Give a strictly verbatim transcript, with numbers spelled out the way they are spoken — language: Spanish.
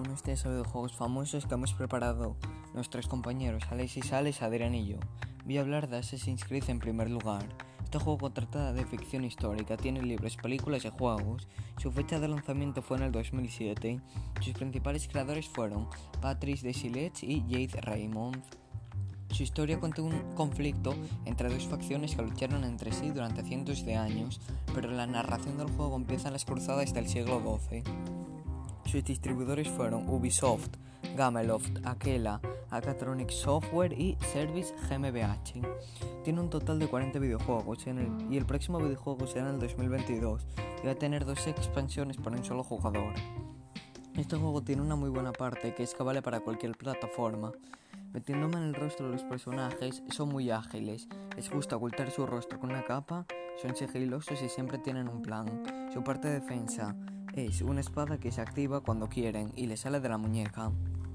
Este es de juegos famosos que hemos preparado nuestros compañeros Alexis, Alex, Adrián y yo. Voy a hablar de Assassin's Creed en primer lugar. Este juego trata de ficción histórica, tiene libros, películas y juegos. Su fecha de lanzamiento fue en el dos mil siete. Sus principales creadores fueron Patrice Desilets y Jade Raymond. Su historia cuenta un conflicto entre dos facciones que lucharon entre sí durante cientos de años, pero la narración del juego empieza en las cruzadas del siglo doce. Sus distribuidores fueron Ubisoft, Gameloft, Aquela, Acatronic Software y Service G M B H. Tiene un total de cuarenta videojuegos en el, y el próximo videojuego será en el dos mil veintidós y va a tener dos expansiones para un solo jugador. Este juego tiene una muy buena parte que es que vale para cualquier plataforma. Metiéndome en el rostro de los personajes, son muy ágiles, les gusta ocultar su rostro con una capa, son sigilosos y siempre tienen un plan. Su parte de defensa es una espada que se activa cuando quieren y le sale de la muñeca.